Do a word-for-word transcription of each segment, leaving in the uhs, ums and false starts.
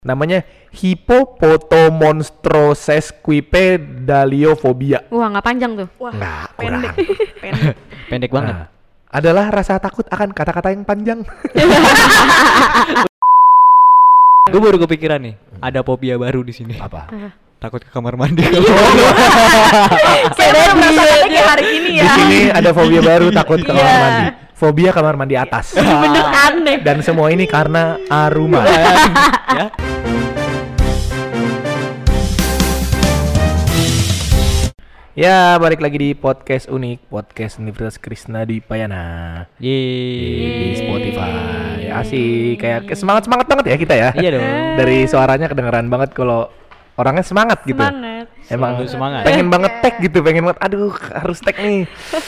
Namanya hippopotomonstrosequipedaliofobia. Wah, nggak panjang tuh. Wah, Nggak, kurang. pendek. pendek. Pendek banget. Nah, adalah rasa takut akan kata-kata yang panjang. Gue baru kepikiran nih, ada fobia baru di sini. Apa? Takut ke kamar mandi. Saya baru merasakannya kayak hari ini Di ya. sini ada fobia baru, takut ke kamar Iya. mandi. Fobia kamar mandi atas. Bener aneh. Dan semua ini karena aroma. Ya. Ya, balik lagi di podcast unik, podcast Universitas Krishna Dipayana Yeay. di Spotify. Asik, kayak semangat semangat banget ya kita ya. Iya dong. Dari suaranya kedengeran banget kalau orangnya semangat gitu. Semangat. Emang Selalu semangat. pengen banget tag gitu, pengen banget. Aduh, harus tag nih.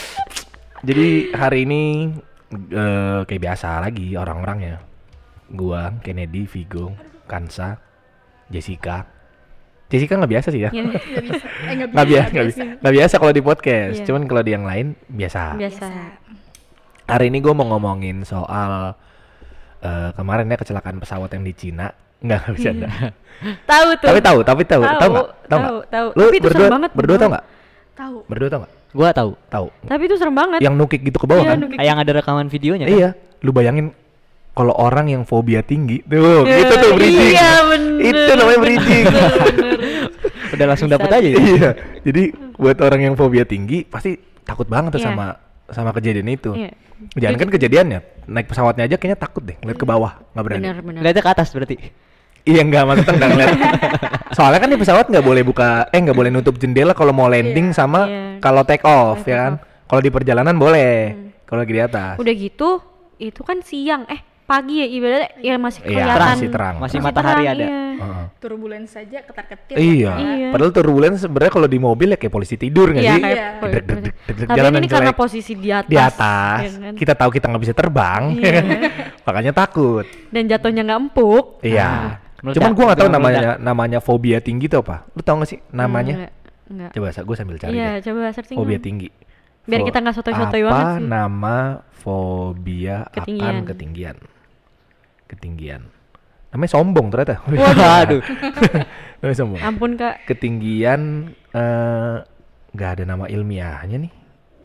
Jadi hari ini eh, kayak biasa lagi orang-orangnya. Gua, Kennedy, Vigo, Kansa, Jessica. Jessica nggak biasa sih ya. Iya, Nggak bisa. Eh, nggak Nggak biasa, nggak bisa. biasa, nggak biasa kalau di podcast. Iya. Cuman kalau di yang lain biasa. biasa. Hari ini gue mau ngomongin soal eh, kemarin ya kecelakaan pesawat yang di Cina. Nggak, nggak bisa. Tahu tuh. Tapi tahu, tapi tahu, tahu nggak? Tahu nggak? Tahu, tahu. Lu Tapi itu berdua, serem banget. berdua tahu nggak? Tahu. Berdua tahu nggak? Gua tahu. Tahu. Tapi itu serem banget. Yang nukik gitu ke bawah Iya, kan? nukik. Yang ada rekaman videonya kan? Iya. Lu bayangin kalau orang yang fobia tinggi, tuh, gitu tuh bridging. Iya, bener. Itu namanya bridging. Udah langsung Bisa. dapet aja ya? Iya. Jadi buat orang yang fobia tinggi pasti takut banget tuh Iya. sama sama kejadian itu. Iya. Jangan kan kejadiannya, naik pesawatnya aja kayaknya takut deh, ngeliat ke bawah, nggak berani. Bener, bener. Lihatnya ke atas berarti. Iya enggak, maksudnya enggak ngeliat. Soalnya kan di pesawat nggak boleh buka, eh nggak boleh nutup jendela kalau mau landing sama Iya. kalau take off Take ya kan. off. Kalau di perjalanan boleh, kalau lagi di atas. Udah gitu, itu kan siang. Eh, pagi ya ibaratnya ya masih Iya, kelihatan. terang sih, terang. Masih Masih matahari terang, ada. iya. Heeh. Turbulence saja ketar-ketir. Iya. Iya. Padahal turbulence sebenarnya kalau di mobil ya kayak polisi tidur nggak Iya, sih? kayak Iya. po- Deg, deg, deg, deg, deg, Tapi jalanan ini karena jelek. posisi di atas. Di atas. ya kan? Kita tahu kita nggak bisa terbang, ya kan? Makanya takut. Dan jatuhnya nggak empuk. Iya. Meledak. Cuman gua nggak tahu Jangan namanya namanya fobia tinggi itu apa. Lu tahu nggak sih namanya? Enggak. Enggak. Coba gue sambil cari Iya, deh. coba searching. Fobia dong. tinggi. Biar Fo- kita nggak sotoy-sotoy apa banget sih. nama fobia Ketinggian. akan ketinggian? Ketinggian. Namanya sombong ternyata. Waduh. Namanya sombong. Ampun, Kak. Ketinggian eh, nggak ada nama ilmiahnya nih.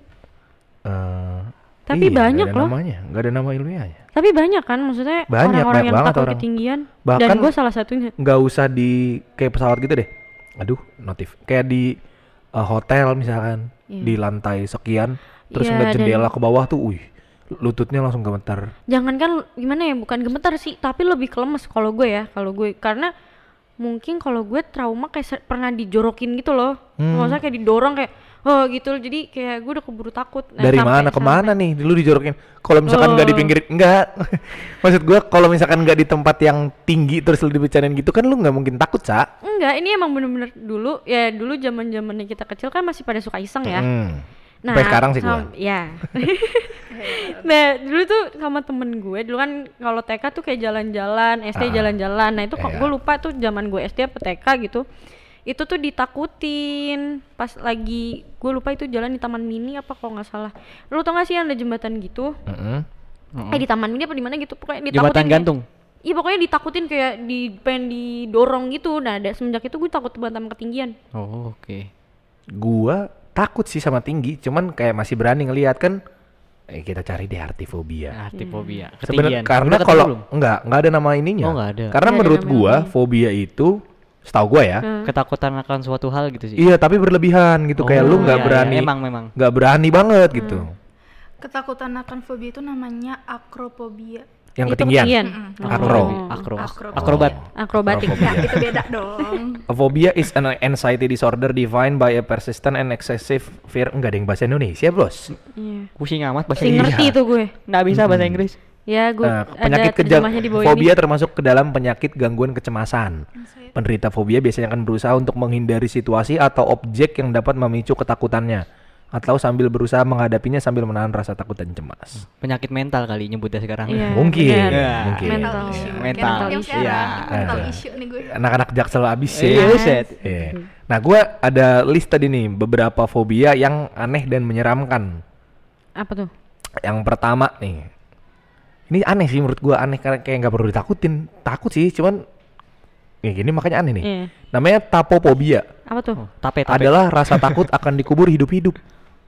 Eh, Tapi iya, nggak banyak ada loh. Namanya, nggak ada nama ilmiahnya. Tapi banyak kan maksudnya Banyak, orang-orang banyak yang banget takut orang. ketinggian. Bahkan- Dan gue salah satunya. Nggak usah di kayak pesawat gitu deh. Aduh, notif. Kayak di eh, hotel misalkan Iya. di lantai sekian, terus Iya, ngeliat dan- jendela ke bawah tuh, wih, lututnya langsung gemetar. Jangan kan gimana ya, bukan gemetar sih, tapi lebih kelemes kalau gue ya, kalau gue karena mungkin kalau gue trauma kayak se- pernah dijorokin gitu loh. Hmm. Maksudnya kayak didorong kayak oh gitu loh. Jadi kayak gue udah keburu takut. Nah, Dari sampai- mana ke mana sampai- nih? Lu dijorokin. Kalau misalkan nggak di Oh. pinggir, enggak. Maksud gua kalau misalkan nggak di tempat yang tinggi terus lu dibicarain gitu kan lu nggak mungkin takut, Sa. Enggak, ini emang bener-bener dulu ya, dulu zaman-zamannya kita kecil kan masih pada suka iseng ya. Hmm. Sampai sekarang sih gua. sam- ya. Nah, dulu tuh sama temen gue, dulu kan kalau T K tuh kayak jalan-jalan, S D Ah. jalan-jalan. Nah, itu kok Iya. gue lupa tuh zaman gue S D apa T K gitu. Itu tuh ditakutin pas lagi gue lupa itu jalan di Taman Mini apa kalau nggak salah. Lu tau gak sih yang ada jembatan gitu? Mm-mm. Heeh. Eh di Taman Mini apa di mana gitu pokoknya ditakutin. Jembatan kayak- gantung. Iya pokoknya ditakutin kayak di pengen didorong gitu. Nah, ada semenjak itu gue takut banget sama ketinggian. Oh, oke. Gua takut sih sama tinggi, cuman kayak masih berani ngelihat kan. Eh, kita cari deh arti fobia. Arti fobia. Sebenarnya Ketinggian. karena Udah ketemu kalau belum? enggak, enggak ada nama ininya. Oh, nggak ada. Karena Nggak ada menurut nama gua ininya. fobia itu setahu gua ya. Hmm. Ketakutan akan suatu hal gitu sih. Iya, tapi berlebihan gitu. Kayak Oh, lu nggak iya, berani. iya. Emang, memang. Nggak berani banget gitu. Ketakutan akan fobia itu namanya akrophobia. Yang Itu ketinggian. Mm-mm. Akro. Akro. Akro. Akrobat. Akrobatik. Akrophobia. Ya, itu beda dong. A phobia is an anxiety disorder defined by a persistent and excessive fear. Enggak ada yang bahasa Indonesia, Bos. Iya. Pusing amat bahasa Sing Inggris. ngerti tuh gue. Nggak bisa bahasa Inggris. Ya gue Nah, ada penyakit kejang terjemahnya di bawah fobia ini. termasuk ke dalam penyakit gangguan kecemasan. Penderita fobia biasanya akan berusaha untuk menghindari situasi atau objek yang dapat memicu ketakutannya atau sambil berusaha menghadapinya sambil menahan rasa takut dan cemas. Penyakit mental kali nyebutnya sekarang. Iya, Mungkin, benar. Iya. mungkin. Mental. Mental Iya. issue. Mental Kayak yang issue. sekarang, Iya. mental Ada. issue nih gue. Anak-anak jaksel abis Iya, ya. buset. Iya. Nah, gua ada list tadi nih beberapa fobia yang aneh dan menyeramkan. Apa tuh? Yang pertama nih, ini aneh sih menurut gua, aneh karena kayak nggak perlu ditakutin. Takut sih, cuman Ya gini makanya aneh nih. Iya. Namanya tapophobia. Apa tuh? Oh, tape tape. Adalah rasa takut akan dikubur hidup-hidup.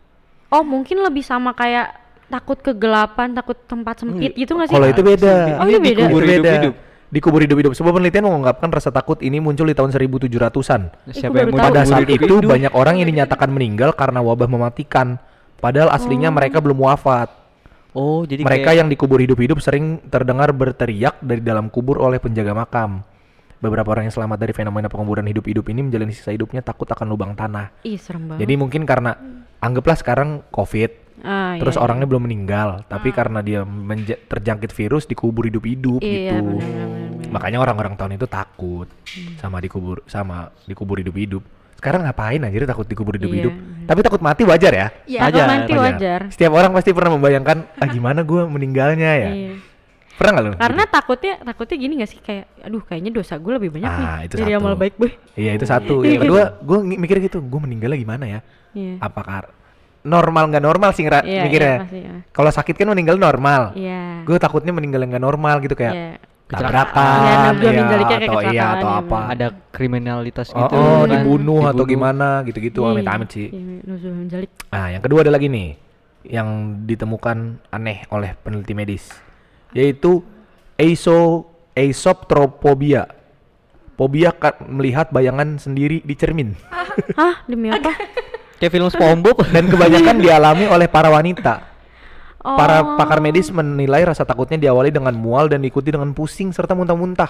Oh mungkin lebih sama kayak takut kegelapan, takut tempat sempit gitu nggak sih? Kalau itu beda. Oh, Ini itu beda. dikubur Itu beda. hidup-hidup. Dikubur hidup-hidup. Sebuah penelitian mengungkapkan rasa takut ini muncul di tahun seribu tujuh ratusan. Siapa gua yang baru mau tahu. Pada dikubur saat itu hidup-hidup? banyak orang yang dinyatakan meninggal karena wabah mematikan. Padahal aslinya mereka belum wafat. Oh, jadi Mereka kayak yang dikubur hidup-hidup sering terdengar berteriak dari dalam kubur oleh penjaga makam. Beberapa orang yang selamat dari fenomena penguburan hidup-hidup ini menjalani sisa hidupnya takut akan lubang tanah. Ih serem banget. Jadi mungkin karena anggaplah sekarang COVID, Ah, terus iya, orangnya belum meninggal, tapi karena dia menja- terjangkit virus dikubur hidup-hidup Iya, gitu. benar, benar, benar. Makanya orang-orang tahun itu takut sama dikubur sama dikubur hidup-hidup. Sekarang ngapain anjir takut dikubur hidup-hidup? Iya. Tapi takut mati wajar ya? Iya. Takut Wajar, mati wajar. Setiap orang pasti pernah membayangkan, ah gimana gue meninggalnya ya? Iya. Pernah nggak lu? Karena gitu? takutnya takutnya gini gak sih kayak aduh kayaknya dosa gue lebih banyak nih Ah, itu dari satu. amal baik gue. Iya itu satu. Yang kedua, gue mikir gitu, gue meninggalnya gimana ya? Iya. Apakah normal nggak normal sih ngera- Iya, mikirnya? iya, pasti, ya. Kalau sakit kan meninggal normal. Iya. Gue takutnya meninggal yang nggak normal gitu kayak Iya. tabrakan, Iya, nah, gua iya, meninggalnya kayak atau iya kecelakaan, atau iya, apa. ada kriminalitas Oh, gitu oh, kan. dibunuh atau gimana gitu-gitu Iya, amit-amit sih. iya, nuzul menjalik. Nah, yang kedua ada lagi nih yang ditemukan aneh oleh peneliti medis, yaitu eiso eisoptropobia. Fobia ka- melihat bayangan sendiri di cermin Hah, demi apa? Kayak film SpongeBob. dan kebanyakan dialami oleh para wanita. Oh. Para pakar medis menilai rasa takutnya diawali dengan mual dan diikuti dengan pusing serta muntah-muntah.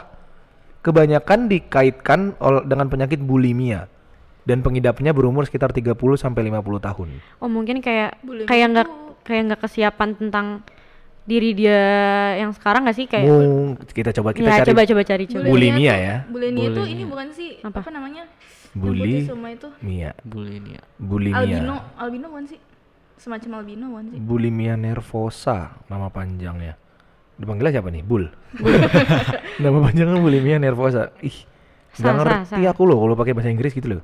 Kebanyakan dikaitkan ol- dengan penyakit bulimia dan pengidapnya berumur sekitar tiga puluh sampai lima puluh tahun. Oh, mungkin kayak Bulimia kayak nggak tuh- kayak nggak kesiapan tentang diri dia yang sekarang nggak sih kayak Mung, kita coba kita ya cari coba coba cari coba. Bulimia ya. Bulimia itu Bulimia. ini bukan sih Apa? apa, namanya? Buli- Yang putih semua itu Mia, Bulimia. bulimia. albino, albino bukan sih? Semacam albino bukan sih? Bulimia nervosa nama panjangnya. Dipanggilnya siapa nih? Bul. Nama panjangnya bulimia nervosa. Ih, Sah, nggak sah, ngerti sah. aku loh kalau pakai bahasa Inggris gitu loh.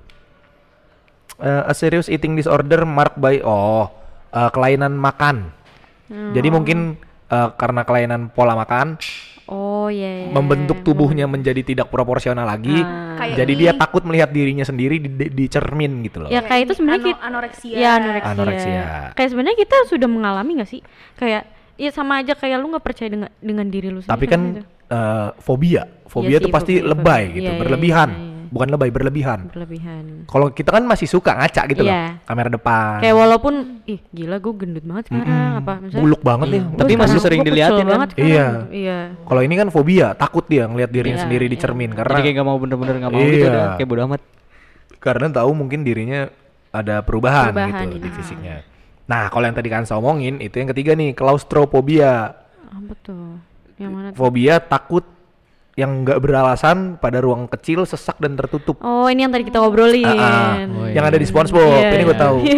Eh, a serious eating disorder marked by oh eh, kelainan makan. Jadi mungkin eh, karena kelainan pola makan Oh iya. iya, membentuk iya. tubuhnya menjadi tidak proporsional lagi. Ah. Kayak Jadi ini. dia takut melihat dirinya sendiri di, di, di cermin gitu loh. Ya kayak itu ini, sebenarnya ano- kita anoreksia. ya anoreksia. Anoreksia. Kayak sebenarnya kita sudah mengalami nggak sih? Kayak ya sama aja kayak lu nggak percaya dengan dengan diri lu sendiri. Tapi kan gitu. eh, fobia, fobia Iya itu sih, pasti fobia, lebay fobia. gitu, Iya, iya, berlebihan. iya, iya. Bukan lebay, berlebihan. berlebihan. Kalau kita kan masih suka ngaca gitu Iya. loh, kamera depan. Kayak walaupun ih gila gue gendut banget sekarang Mm-mm. apa misalnya. buluk banget nih. Gua Tapi sekarang- masih sering gua kecil diliatin kan? banget sekarang. Iya. Iya. Kalau ini kan fobia, takut dia ngelihat dirinya Iya, sendiri di iya. cermin Jadi karena kayak gak mau bener-bener gak mau gitu Iya. udah kayak bodo amat. karena tahu mungkin dirinya ada perubahan, Perubahan, gitu di iya. fisiknya. Nah, kalau yang tadi kan saya omongin itu yang ketiga nih, klaustrofobia. Apa tuh? Yang mana tuh? Fobia takut yang nggak beralasan pada ruang kecil, sesak dan tertutup. Oh, ini yang tadi kita ngobrolin. Ah, ah. Oh, Yang iya. ada di SpongeBob, Iya, ini gue iya. tahu.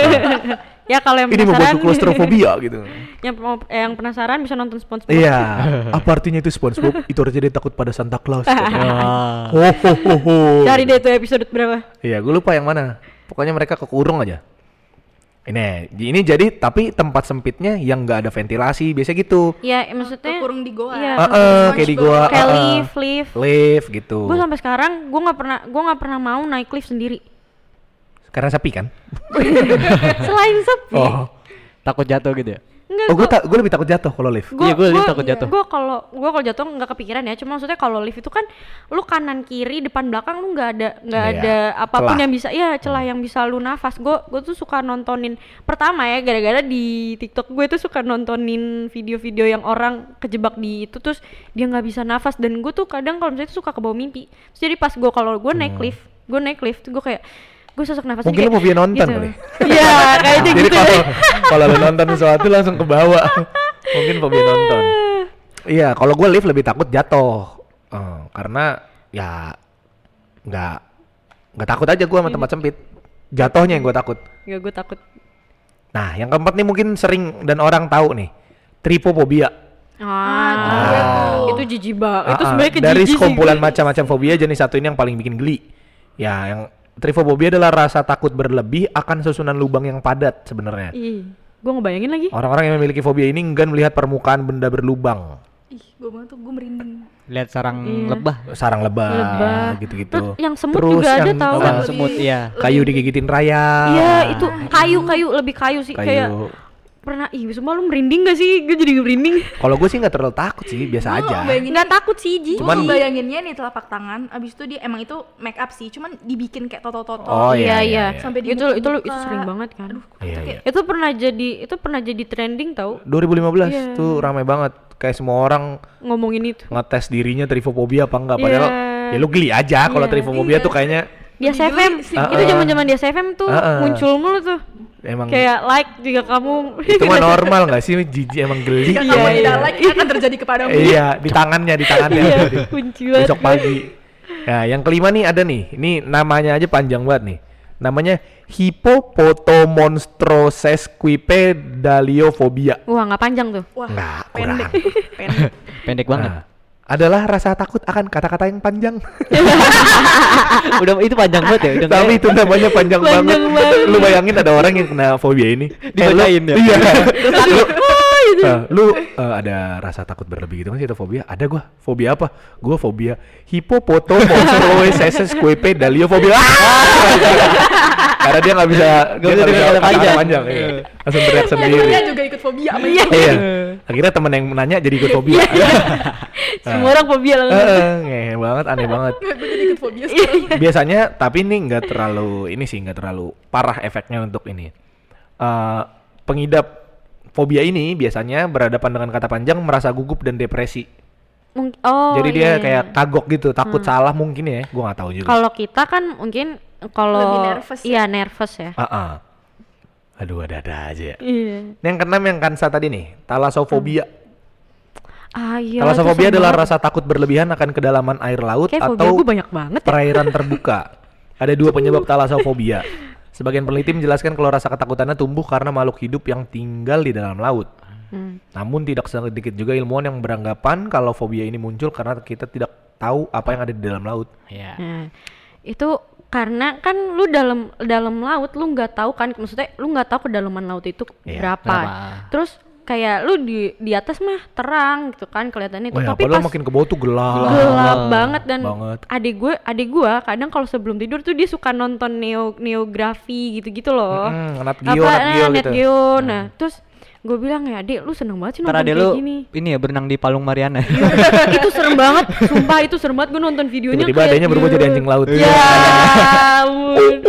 Ya kalau yang Ini penasaran membuat klaustrofobia gitu. yang mau- eh, yang penasaran bisa nonton SpongeBob. Iya, apa artinya itu SpongeBob? Itu artinya dia takut pada Santa Claus. Ah. Ho ho ho ho. Cari deh itu episode berapa. Iya, gue lupa yang mana. Pokoknya mereka kekurung aja. Ini, ini jadi tapi tempat sempitnya yang nggak ada ventilasi, biasa gitu. Ya maksudnya Kekurung di goa. Iya. Ah, ah, kayak di gua. kayak ah, ah. lift, lift. Lift gitu. Gue sampai sekarang gue nggak pernah gue nggak pernah mau naik lift sendiri. Karena sepi kan? Selain sepi. Oh, Takut jatuh gitu ya. Enggak, oh gue ta- gue lebih takut jatuh kalau lift. Gua, Iya, gua gua- takut jatuh. Gua kalau gua kalau jatuh nggak kepikiran ya. Cuma maksudnya kalau lift itu kan lu kanan kiri depan belakang lu nggak ada nggak Iya, ada apapun celah. yang bisa ya celah yang bisa lu nafas. Gua gua tuh suka nontonin pertama ya gara-gara di TikTok gue tuh suka nontonin video-video yang orang kejebak di itu terus dia nggak bisa nafas dan gue tuh kadang kalau misalnya itu suka kebawa mimpi. Terus jadi pas gua kalau gue naik lift, gue naik lift gue kayak gue sosok nafasnya Hmm. Mungkin lu kayak fobia nonton gitu. kali. Iya, kayaknya Jadi gitu. kalau deh. kalau lu nonton sesuatu langsung ke bawah. Mungkin fobia nonton. Iya, kalau gue lift lebih takut jatuh. Eh, karena ya nggak nggak takut aja gue sama tempat sempit. Jatuhnya yang gue takut. Ya gue takut. Nah, yang keempat nih mungkin sering dan orang tahu nih. Tripofobia. Ah, itu jijik banget. Itu Ah, ah. sebenarnya kejijik dari sih. sekumpulan macam-macam fobia jenis satu ini yang paling bikin geli. Ya, yang trifobia adalah rasa takut berlebih akan susunan lubang yang padat sebenarnya. Ih, gue ngebayangin lagi. Orang-orang yang memiliki fobia ini enggan melihat permukaan benda berlubang. ih gue banget tuh, gue merinding. Lihat sarang Iya. lebah. Sarang lebah, Lebah. gitu-gitu. Terus yang semut Terus juga ada yang- tahu. Sarang Lebih- semut ya. Kayu digigitin raya. Iya, itu kayu-kayu lebih kayu sih Kayu. kayak pernah ih semua lu merinding gak sih? Gue jadi merinding. Kalau gue sih nggak terlalu takut sih, biasa Gua aja. ngebayangin- Nggak takut sih, Ji. Cuman Cuman- bayanginnya nih telapak tangan, abis itu dia emang itu make up sih, cuman dibikin kayak toto-toto. Oh, iya, iya, iya, iya. iya. Sampai Itu itu dibuka-buka. itu sering banget kan. Iya, iya. Itu pernah jadi itu pernah jadi trending tau dua ribu lima belas Iya. tuh ramai banget. Kayak semua orang ngomongin itu. ngetes dirinya trifobia apa enggak. Padahal Iya. ya lu geli aja kalau Iya. trifobia Iya. tuh kayaknya Di S F M, sih. itu Uh-uh. zaman-zaman di S F M tuh Uh-uh. muncul mulu tuh. emang Kayak like jika kamu itu mah normal nggak sih, jijik emang geli. Jika Iya, kamu iya. tidak like akan terjadi kepadamu. Iya, di tangannya, di tangannya. Iya, kunci banget. Besok pagi. Nah, yang kelima nih ada nih. Ini namanya aja panjang banget nih. Namanya Hippopotomonstrosequipedaliofobia. Wah, nggak panjang tuh. Wah, Nggak, kurang. pendek. pendek. Pendek banget. Nah, adalah rasa takut akan kata-kata yang panjang. Udah itu panjang banget ya. Udah Tapi kayak- itu namanya panjang, Panjang banget. banget. Lu bayangin ada orang yang kena fobia ini. Eh, Dibacain ya? Iya. lu, eh, lu eh, ada rasa takut berlebih gitu kan sih, itu fobia? Ada gua. Fobia apa? Gua fobia Hippopotomonstrosequipedaliofobia. Karena dia nggak bisa, dia bisa nggak bisa dengar kata kata-kata panjang. iya. Langsung teriak sendiri. Dia juga ikut fobia sama Iya. itu. Iya. Akhirnya temen yang nanya jadi ikut fobia. Semua orang fobia langsung. Heeh, ngehe banget, aneh banget. Gue jadi ikut fobia sekarang. Biasanya, tapi ini nggak terlalu ini sih, nggak terlalu parah efeknya untuk ini. Eh, pengidap fobia ini biasanya berhadapan dengan kata panjang merasa gugup dan depresi. Mung- oh, Jadi iya, dia iya. kayak kagok gitu, takut salah mungkin ya, gua nggak tahu juga. Kalau kita kan mungkin kalau Lebih nervous ya? iya nervous ya. Ah, ah. Aduh, ada-ada aja ya. Iya. Yang keenam yang kansa tadi nih, thalassofobia. Ah iya. Thalassofobia itu adalah serem rasa takut berlebihan akan kedalaman air laut banget. Kayak fobia atau gue banyak banget ya. perairan terbuka. Ada dua penyebab thalassofobia. Sebagian peneliti menjelaskan kalau rasa ketakutannya tumbuh karena makhluk hidup yang tinggal di dalam laut. Hmm. Namun tidak sedikit juga ilmuwan yang beranggapan kalau fobia ini muncul karena kita tidak tahu apa yang ada di dalam laut. Iya. Nah, itu karena kan lu dalam dalam laut lu nggak tahu kan, maksudnya lu nggak tahu kedalaman laut itu Iya, berapa. berapa. Terus kayak lu di di atas mah terang gitu kan kelihatannya itu, Wah, tapi padahal pas makin ke bawah tuh gelap. gelap banget dan Banget. adik gue adik gue kadang kalau sebelum tidur tuh dia suka nonton neo neografi gitu-gitu loh. Mm, Nat Geo, Apa, Nat Geo nah, Nat gitu. Geo. Nah, terus gue bilang ya, Dek, lu seneng banget sih Ntar nonton ada kayak lu gini. ini ya berenang di Palung Mariana. Itu serem banget, sumpah itu serem banget, gue nonton videonya Tiba-tiba adanya berubah jadi anjing laut. Ya ampun.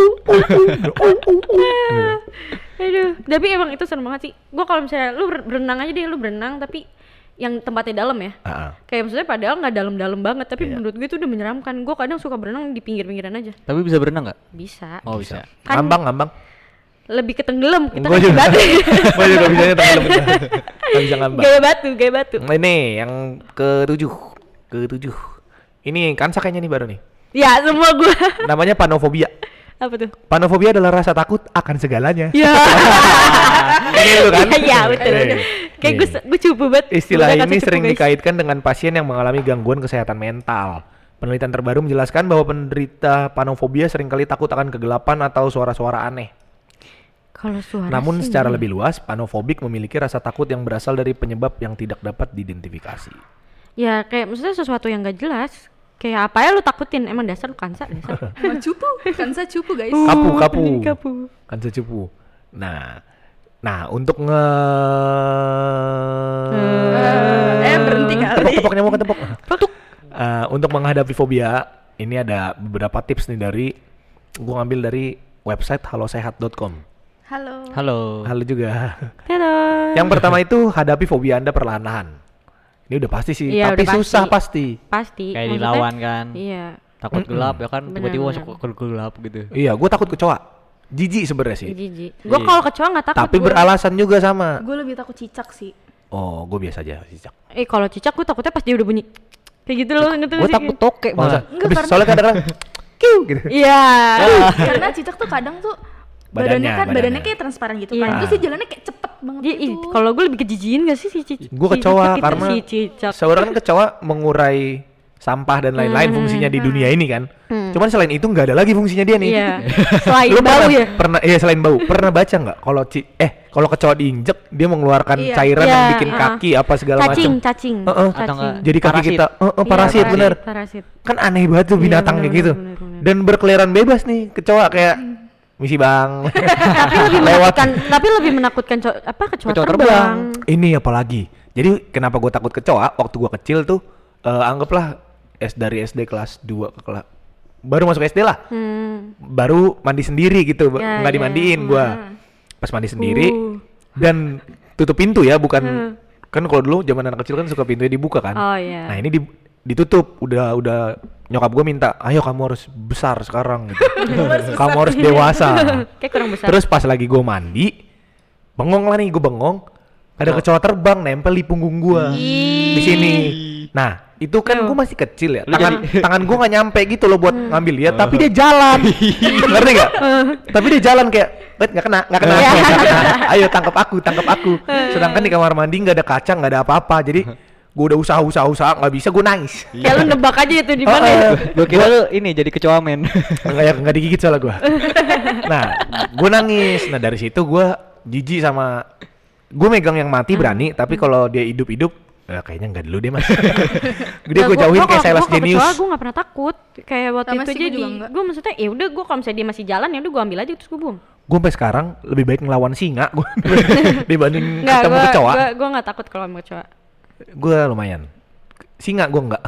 Aduh, tapi emang itu serem banget sih. Gue kalau misalnya lu ber- berenang aja deh, lu berenang tapi yang tempatnya dalam ya. Ah, ah. Kayak maksudnya padahal nggak dalam-dalam banget, tapi Iya. menurut gue itu udah menyeramkan. Gue kadang suka berenang di pinggir-pinggiran aja. Tapi bisa berenang nggak? Bisa. Oh bisa. Kan Ngambang, ngambang. lebih ke tenggelam, kita Gua kan juga. batu. Gua juga bisanya tenggelam. Nggak bisa ngambang. Gaya batu, gaya batu. Nah, ini yang ketujuh, ketujuh. Ini kan kayaknya nih baru nih. Ya, semua gue. Namanya panofobia. Apa tuh? Panofobia adalah rasa takut akan segalanya. Ya. Ini lu kan? Iya, betul. Eh, betul. Kayak nih. gue gue cupu banget. Istilah Gua kasih ini cupu, sering guys. dikaitkan dengan pasien yang mengalami gangguan kesehatan mental. Penelitian terbaru menjelaskan bahwa penderita panofobia seringkali takut akan kegelapan atau suara-suara aneh. Kalau suara Namun sih secara enggak. lebih luas, panofobik memiliki rasa takut yang berasal dari penyebab yang tidak dapat diidentifikasi. Ya kayak maksudnya sesuatu yang gak jelas. Kayak apa ya lu takutin? Emang dasar lu kansa dasar. Emang cupu, kan saya cupu guys. Kapu, kapu. Kapu. Kan secupu. Nah, nah untuk nge Eh, berhenti kali. tepok-tepok nyamuk ketepok. Produk. Eh, untuk menghadapi fobia, ini ada beberapa tips nih dari gua ngambil dari website halosehat dot com. Halo. Halo. Halo juga. Halo. Yang pertama itu hadapi fobia Anda perlahan-lahan. Ini udah pasti sih, Iya, tapi udah susah pasti. pasti. Pasti. Kayak Maksudnya- dilawan kan. Iya. Takut Mm-mm. gelap ya kan. Benar, Tiba-tiba benar. masuk ke gelap gitu. Iya, gua takut kecoa. Jijik sebenarnya sih. Jijik. Gua Iya. kalau kecoa nggak takut. Tapi gua. beralasan juga sama. Gue lebih takut cicak sih. Oh, gue biasa aja cicak. Eh kalau cicak gua takutnya pas dia udah bunyi. Kayak gitu loh, ngerti Gue nggak sih? takut tokek Masa? malah. Enggak, Habis- karena- soalnya kadang-kadang kiu gitu. Iya. Karena cicak tuh kadang tuh Badannya, badannya, kan badannya. badannya kayak transparan gitu kan. Iya. Terus dia jalannya kayak cepet banget Dia ih, gitu. kalau gue lebih kejijiin gak sih si cicak? Gue kecoa karena si cicak. seorang kan kecoa mengurai sampah dan lain-lain Hmm, fungsinya di dunia ini kan. Hmm. Cuman selain itu nggak ada lagi fungsinya dia nih. Iya. Selain Lu bau pernah, ya. Pernah iya selain bau. Pernah baca nggak kalau ci eh kalau kecoa diinjek dia mengeluarkan Iya. cairan Iya, yang bikin uh-uh. kaki apa segala macam. Cacing, cacing. Heeh. Atau Cacing. enggak, Jadi kaki Parasit. kita, eh, eh, Iya, parasit bener. Parasit. Kan aneh banget tuh Iya, binatang kayak bener, gitu. bener, bener. Dan berkeliaran bebas nih kecoa kayak misi bang. Tapi lebih Lewat. menakutkan, tapi lebih menakutkan co- apa kecoa, Kecoa terbang. terbang. Ini apalagi. Jadi kenapa gue takut kecoa? Waktu gue kecil tuh eh, anggaplah S dari S D kelas dua ke kelas baru masuk S D lah. Hmm. Baru mandi sendiri gitu, Ya, nggak ya. dimandiin gua. Pas mandi sendiri Uh. dan tutup pintu ya, bukan Hmm. kan kalau dulu zaman anak kecil kan suka pintunya dibuka kan. Oh iya. Nah, ini di- ditutup, udah udah nyokap gua minta, "Ayo kamu harus besar sekarang gitu. Kamu harus dewasa." Kayak kurang besar. Terus pas lagi gua mandi, bengong lah nih, gua bengong, ada kecoa terbang nempel di punggung gua. Di sini. Nah, itu kan Tuh. gua masih kecil ya. Lu Tangan tangan gua nggak nyampe gitu loh buat ngambil dia, tapi dia jalan. Ngerti nggak? Tapi dia jalan kayak, "Bet, nggak kena, nggak kena, Iya. nggak kena. Ayo tangkap aku, tangkap aku." Sedangkan di kamar mandi nggak ada kaca, nggak ada apa-apa. Jadi gua udah usaha usaha usaha nggak bisa, gua nangis. Kayak lu nebak aja itu di Oh, mana ya. eh. Gue kira lu ini jadi kecoa men. Enggak ya, nggak digigit soalnya gua. Nah, gua nangis. Nah, dari situ gua jijik sama gua megang yang mati berani, tapi kalau dia hidup-hidup eh, kayaknya enggak dulu deh mas. Dia Nah, gue gua- jauhin gua kayak kalau- Silas gua kalau Genius. kecoa Gue gak pernah takut. Kayak waktu Sama itu sih, gua jadi juga enggak. gue maksudnya ya udah gue kalau misalnya dia masih jalan ya udah gue ambil aja terus gue buang. Gue sampai sekarang lebih baik ngelawan singa gua dibanding Enggak, ketemu gue kecoa. gue gue nggak takut kalau sama kecoa. Gue lumayan. Singa gue enggak.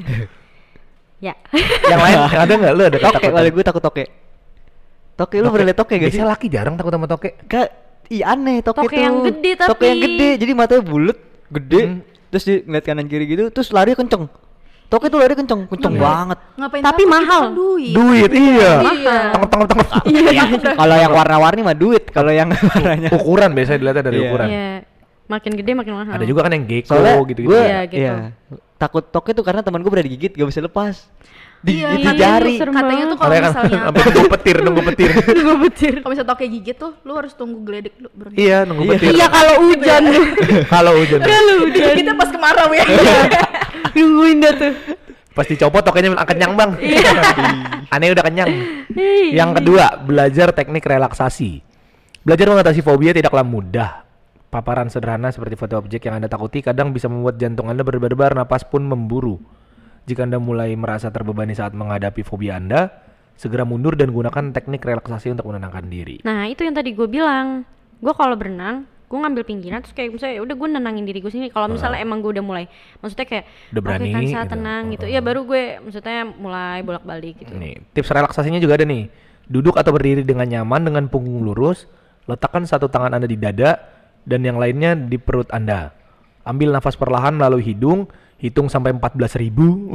Ya. Yang lain ada enggak lu ada Toke, ketakutan? paling gue takut toke. Toke, lu pernah liat toke gak sih? Biasa laki jarang takut sama toke. Kak, iya aneh toke, Toke tuh. yang gede Toke yang tapi. gede, jadi matanya bulat, gede. Hmm. Terus dia ngeliat kanan kiri gitu, terus lari kenceng. Toke tuh lari kenceng, kenceng Iya. banget. Ngapain Tapi takut, mahal. itu kan duit. Duit iya. Iya. Tangkap tangkap tangkap. Iya. Kalau yang warna-warni mah duit, kalau yang warnanya. Ukuran biasanya dilihatnya dari Iya. ukuran. Iya. Makin gede makin mahal. Ada juga kan yang gecko Soalnya gitu-gitu. gue, Iya, gitu. iya, takut toke tuh karena teman gue pernah digigit, gak bisa lepas. Di, Iya, di iya, jari. serem Katanya banget. tuh kalau Soalnya kan misalnya sampai nunggu petir, nunggu petir. Gue petir. kalau misalnya toke gigit tuh lu harus tunggu geledek lu baru. Iya, nunggu Iya. petir. Iya kalau hujan tuh. Kalau hujan. Kalau hujan. Kita pas kemarau ya. Nungguin dah tuh. Pas dicopot tokenya bilang kenyang bang. Aneh udah kenyang. Hei. Yang kedua, belajar teknik relaksasi. Belajar mengatasi fobia tidaklah mudah. Paparan sederhana seperti foto objek yang Anda takuti kadang bisa membuat jantung Anda berdebar-debar, napas pun memburu. Jika Anda mulai merasa terbebani saat menghadapi fobia Anda, segera mundur dan gunakan teknik relaksasi untuk menenangkan diri. Nah itu yang tadi gue bilang. Gue kalau berenang gue ngambil pinggiran terus kayak misalnya udah gue nenangin diri gue sendiri. Kalau misalnya emang gue udah mulai maksudnya kayak Udah berani oke kan saya gitu. tenang gitu Oh. ya baru gue maksudnya mulai bolak-balik gitu. Nih, tips relaksasinya juga ada nih. Duduk atau berdiri dengan nyaman dengan punggung lurus, letakkan satu tangan Anda di dada dan yang lainnya di perut Anda. Ambil nafas perlahan melalui hidung, hitung sampai empat belas ribu.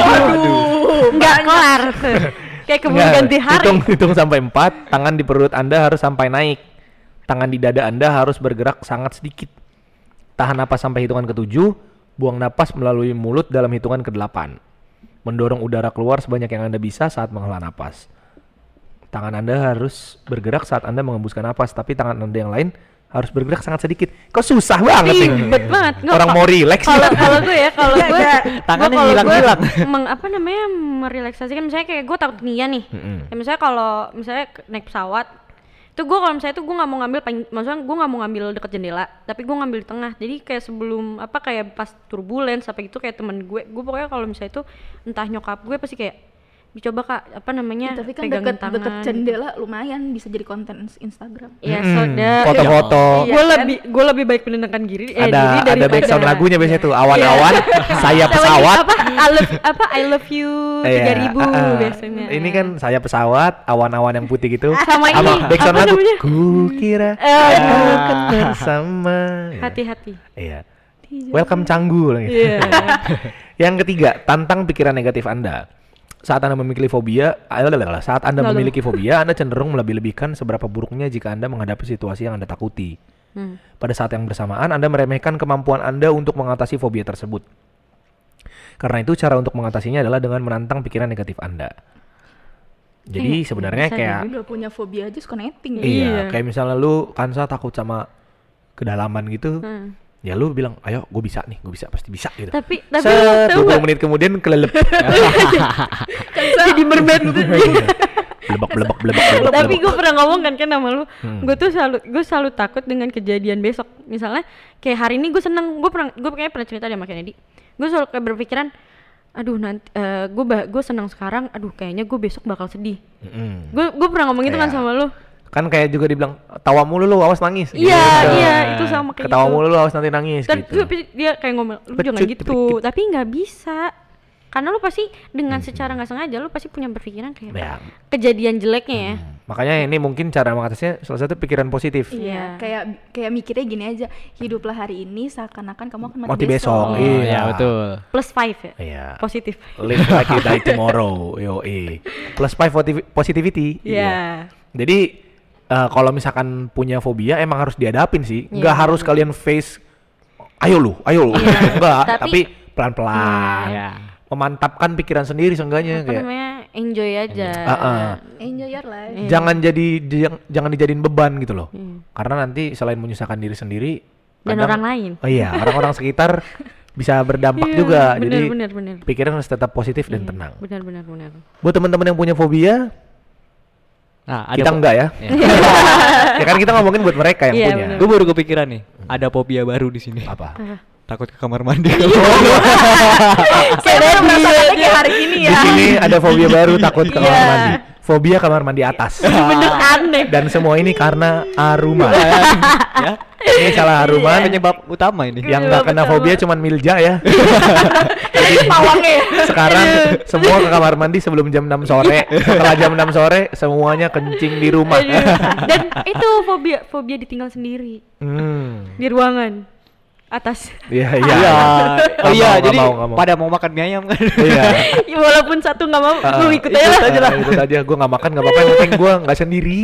Waduh, nggak kelar tuh. Kayak kebun Nggak, ganti hari. Hitung, hitung sampai empat, tangan di perut Anda harus sampai naik. Tangan di dada Anda harus bergerak sangat sedikit. Tahan napas sampai hitungan ketujuh, buang napas melalui mulut dalam hitungan kedelapan. Mendorong udara keluar sebanyak yang Anda bisa saat menghela napas. Tangan Anda harus bergerak saat Anda mengembuskan napas, tapi tangan Anda yang lain harus bergerak sangat sedikit. Kok susah banget nih. Ribet banget. Nggak, Orang kok- mau relax Kalau ya. kalau gue ya, kalau gue Tangannya gua kalau hilang-hilang. gue meng, apa namanya merelaksasikan misalnya kayak gue takut ketinggian nih. Mm-mm. Ya, misalnya kalau misalnya ke- naik pesawat itu gue kalau misalnya itu gue nggak mau ngambil pang- maksudnya gue nggak mau ngambil deket jendela tapi gue ngambil di tengah jadi kayak sebelum apa kayak pas turbulence sampai gitu kayak temen gue gue pokoknya kalau misalnya itu entah nyokap gue pasti kayak dicoba kak apa namanya Tapi kan pegangin deket tangan deket gitu. jendela lumayan bisa jadi konten Instagram. ya Mm-mm. soda Foto-foto. Iya gue kan? lebih gue lebih baik menenangkan diri eh, ada diri ada daripada background lagunya biasanya tuh awan-awan saya Sama pesawat apa I love apa I love you Iya, tiga ribu ah, ah. biasanya Ini kan saya pesawat, awan-awan yang putih gitu. Sama ini, background apa lagu. namanya? Kukira Eh, akan bersama. Ya. hati-hati Iya. Welcome Canggu lah gitu. Iya. Yang ketiga, tantang pikiran negatif Anda. Saat Anda memiliki fobia, adalah saat Anda Lalu. memiliki fobia, Anda cenderung melebih-lebihkan seberapa buruknya jika Anda menghadapi situasi yang Anda takuti. Hmm. Pada saat yang bersamaan, Anda meremehkan kemampuan Anda untuk mengatasi fobia tersebut. Karena itu cara untuk mengatasinya adalah dengan menantang pikiran negatif Anda. Jadi Eh, sebenarnya bisa kayak Udah punya fobia aja suka netting ya. iya, Iya. kayak misalnya lu Kansa takut sama kedalaman gitu. Hmm. Ya lu bilang, "Ayo, gue bisa nih, gue bisa, pasti bisa." gitu. Tapi tapi Set, lu tahu dua puluh nggak? menit kemudian kelelep. Jadi mermaid gitu. Iya. blebek blebek blebek blebek. Tapi blebek. gue pernah ngomong kan kan sama lu, Hmm. gue tuh selalu gue selalu takut dengan kejadian besok. Misalnya kayak hari ini gue seneng, gue pernah gue kayaknya pernah cerita deh sama Kennedy. Gue selalu kayak berpikiran, aduh nanti uh, gue ba- gue senang sekarang, aduh kayaknya gue besok bakal sedih. Mm-mm. Gue gue pernah ngomong itu kan Iya. sama lu. Kan kayak juga dibilang tawa mulu lu awas nangis. Iya Gitu. iya itu sama kayak Ketawa gitu. mulu lu awas nanti nangis Dan gitu. tapi dia kayak ngomong, lu jangan Pecut, gitu. dikit. Tapi nggak bisa. Karena lu pasti dengan secara nggak sengaja lu pasti punya berpikiran kayak Ya. kejadian jeleknya ya. Hmm. Makanya ini mungkin cara mengatasinya salah satu pikiran positif. Iya. Iya, kayak kayak mikirnya gini aja, hiduplah hari ini seakan-akan kamu akan mati, Mati besok. Oh, Iya. iya betul. Plus five ya. Iya. Positif. Live like you die tomorrow. Yo eh. Plus five positiv- positivity. Iya. Jadi eh, kalau misalkan punya fobia emang harus dihadapin sih. Iya, Nggak harus bener. kalian face. Ayo lu, ayo lu. Iya. Enggak, Tapi- tapi pelan-pelan. Ya. Memantapkan pikiran sendiri seenggaknya Apa kayak. namanya? Enjoy aja. Ah, ah. Enjoy your life. Iya. Jangan jadi jang- jangan dijadiin beban gitu loh. Hmm. Karena nanti selain menyusahkan diri sendiri Dan kadang- orang lain. Oh iya, orang-orang sekitar bisa berdampak Iya, juga. bener, Jadi bener, bener. pikiran harus tetap positif dan Iya, tenang. Benar benar benar. Buat teman-teman yang punya fobia, Nah, ada kita po- enggak ya. Ya. Ya kan kita ngomongin buat mereka yang Iya, punya. bener. Gue baru kepikiran nih, ada fobia baru di sini. Apa? Takut ke kamar mandi. Saya baru merasakannya kayak hari ini Di ya. sini ada fobia baru takut ke kamar Iya. mandi. Fobia kamar mandi atas. Bener aneh. Dan semua ini karena Aruma. Ya, Ini salah Aruma. penyebab utama ini. Yang nggak kena fobia cuman Milja ya. Pawangnya ya. Sekarang semua ke kamar mandi sebelum jam enam sore. Setelah jam enam sore semuanya kencing di rumah. Dan itu fobia fobia ditinggal sendiri Hmm. di ruangan atas. Iya iya. Iya. Nggak Oh iya, mau, nggak jadi mau, nggak mau. pada mau makan mie ayam kan. Iya. Ya, walaupun satu nggak mau, Ah, lu ikut ikut aja lah. aja lah. Ikut aja. Gue nggak makan nggak apa-apa. Yang penting gue nggak sendiri.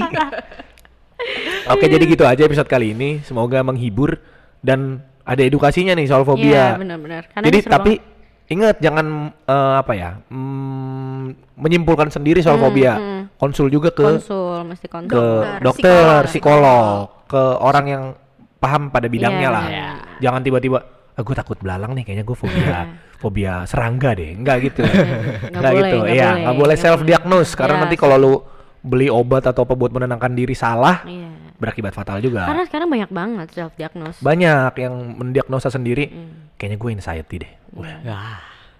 Oke, jadi gitu aja episode kali ini. Semoga menghibur dan ada edukasinya nih soal Iya fobia. benar-benar. Karena Jadi ini seru tapi banget. ingat jangan eh, apa ya mm, menyimpulkan sendiri soal Hmm, fobia. hmm. Konsul juga ke konsul mesti ke konsul. Dokter, dokter, psikolog. psikolog, ke orang yang paham pada bidangnya Iya, lah. iya. Jangan tiba-tiba, ah, gue takut belalang nih, kayaknya gue fobia, fobia serangga deh. Enggak gitu. Nggak Enggak boleh, gitu. nggak Iya, boleh, nggak boleh nggak self diagnose karena Iya. nanti kalau lu beli obat atau apa buat menenangkan diri salah, Iya. berakibat fatal juga. Karena sekarang banyak banget self diagnose. Banyak yang mendiagnosa sendiri, Hmm. kayaknya gue anxiety deh. Wah. Iya. Ah,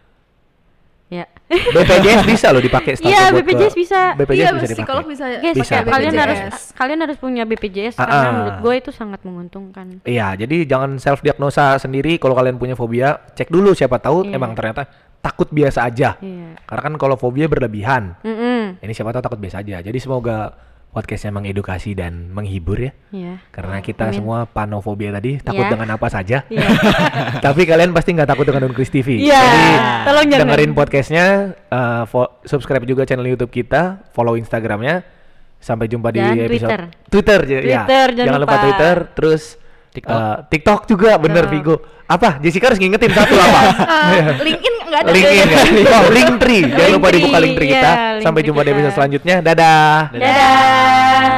Ya. B P J S bisa loh dipakai starter Iya, buat B P J S ke- bisa. B P J S Iya, bisa dipakai. psikolog bisa Guys, Bisa, kayak kalian B P J S. harus kalian harus punya B P J S Ah, karena ah. menurut gue itu sangat menguntungkan. Iya, jadi jangan self diagnosa sendiri. Kalau kalian punya fobia, cek dulu siapa tahu Iya. emang ternyata takut biasa aja. Iya. Karena kan kalau fobia berlebihan, Mm-mm. ini siapa tahu takut biasa aja. Jadi semoga podcastnya mengedukasi dan menghibur ya. Iya. Karena kita Amin. semua panofobia tadi takut Iya. dengan apa saja. Iya. Tapi kalian pasti nggak takut dengan Unkris T V. Iya. Jadi Tolong jangan. dengerin podcastnya, uh, fo- subscribe juga channel YouTube kita, follow Instagramnya. Sampai jumpa di Dan episode Twitter. Twitter, j- ya. Twitter, jangan lupa lupa. Twitter, terus TikTok. uh, TikTok juga bener Tuh. Vigo. Apa? Jessica harus ngingetin satu apa? Eh, LinkedIn nggak ada. LinkedIn ya. Oh, Linktree. Jangan lupa Linktree, dibuka Linktree kita. iya, Sampai Linktree jumpa di kita. episode selanjutnya. Dadah. Dadah.